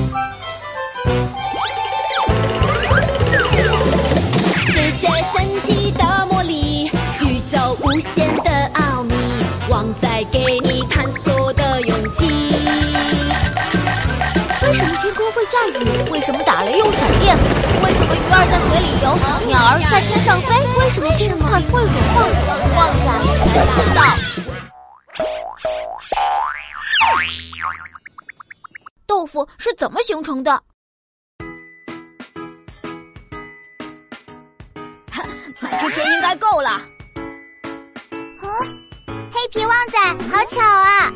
世界神奇的魔力，宇宙无限的奥秘，王在给你探索的勇气。 为什么天空会下雨？为什么打雷又闪电？为什么鱼儿在水里游，鸟儿在天上飞？为什么冰块会融化？旺仔全知道。豆腐是怎么形成的？ 买这些应该够了。 黑皮旺仔，好巧啊！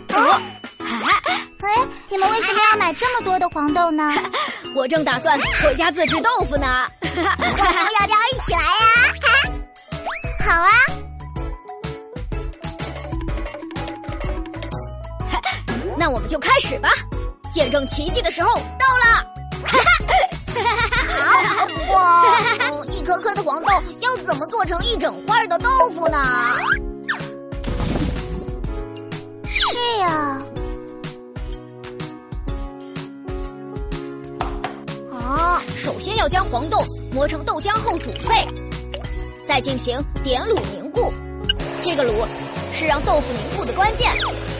你们为什么要买这么多的黄豆呢？ 我正打算回家自制豆腐呢。 我们要不要一起来呀？好啊！ 那我们就开始吧，见证奇迹的时候到了。 好，不过一颗颗的黄豆要怎么做成一整块的豆腐呢？是呀。 首先要将黄豆磨成豆浆后煮沸，再进行点卤凝固。这个卤是让豆腐凝固的关键。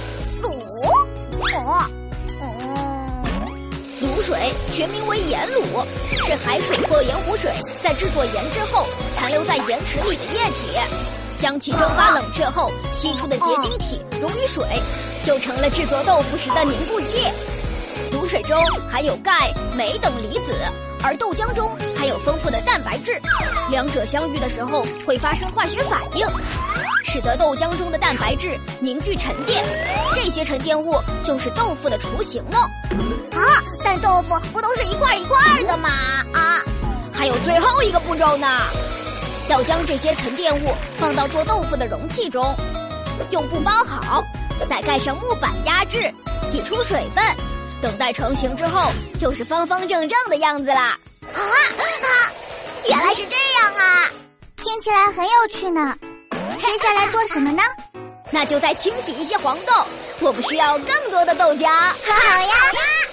卤水全名为盐卤，是海水或盐湖水在制作盐之后残留在盐池里的液体，将其蒸发冷却后析出的结晶体溶于水，就成了制作豆腐时的凝固剂。卤水中含有钙、镁等离子，而豆浆中含有丰富的蛋白质，两者相遇的时候会发生化学反应，使得豆浆中的蛋白质凝聚沉淀，这些沉淀物就是豆腐的雏形哦。 但豆腐不都是一块一块的吗？ 还有最后一个步骤呢，要将这些沉淀物放到做豆腐的容器中，用布包好，再盖上木板压制，挤出水分。等待成型之后，就是方方正正的样子啦。 原来是这样啊！听起来很有趣呢。接下来做什么呢？ 那就再清洗一些黄豆，我们需要更多的豆浆。 好呀！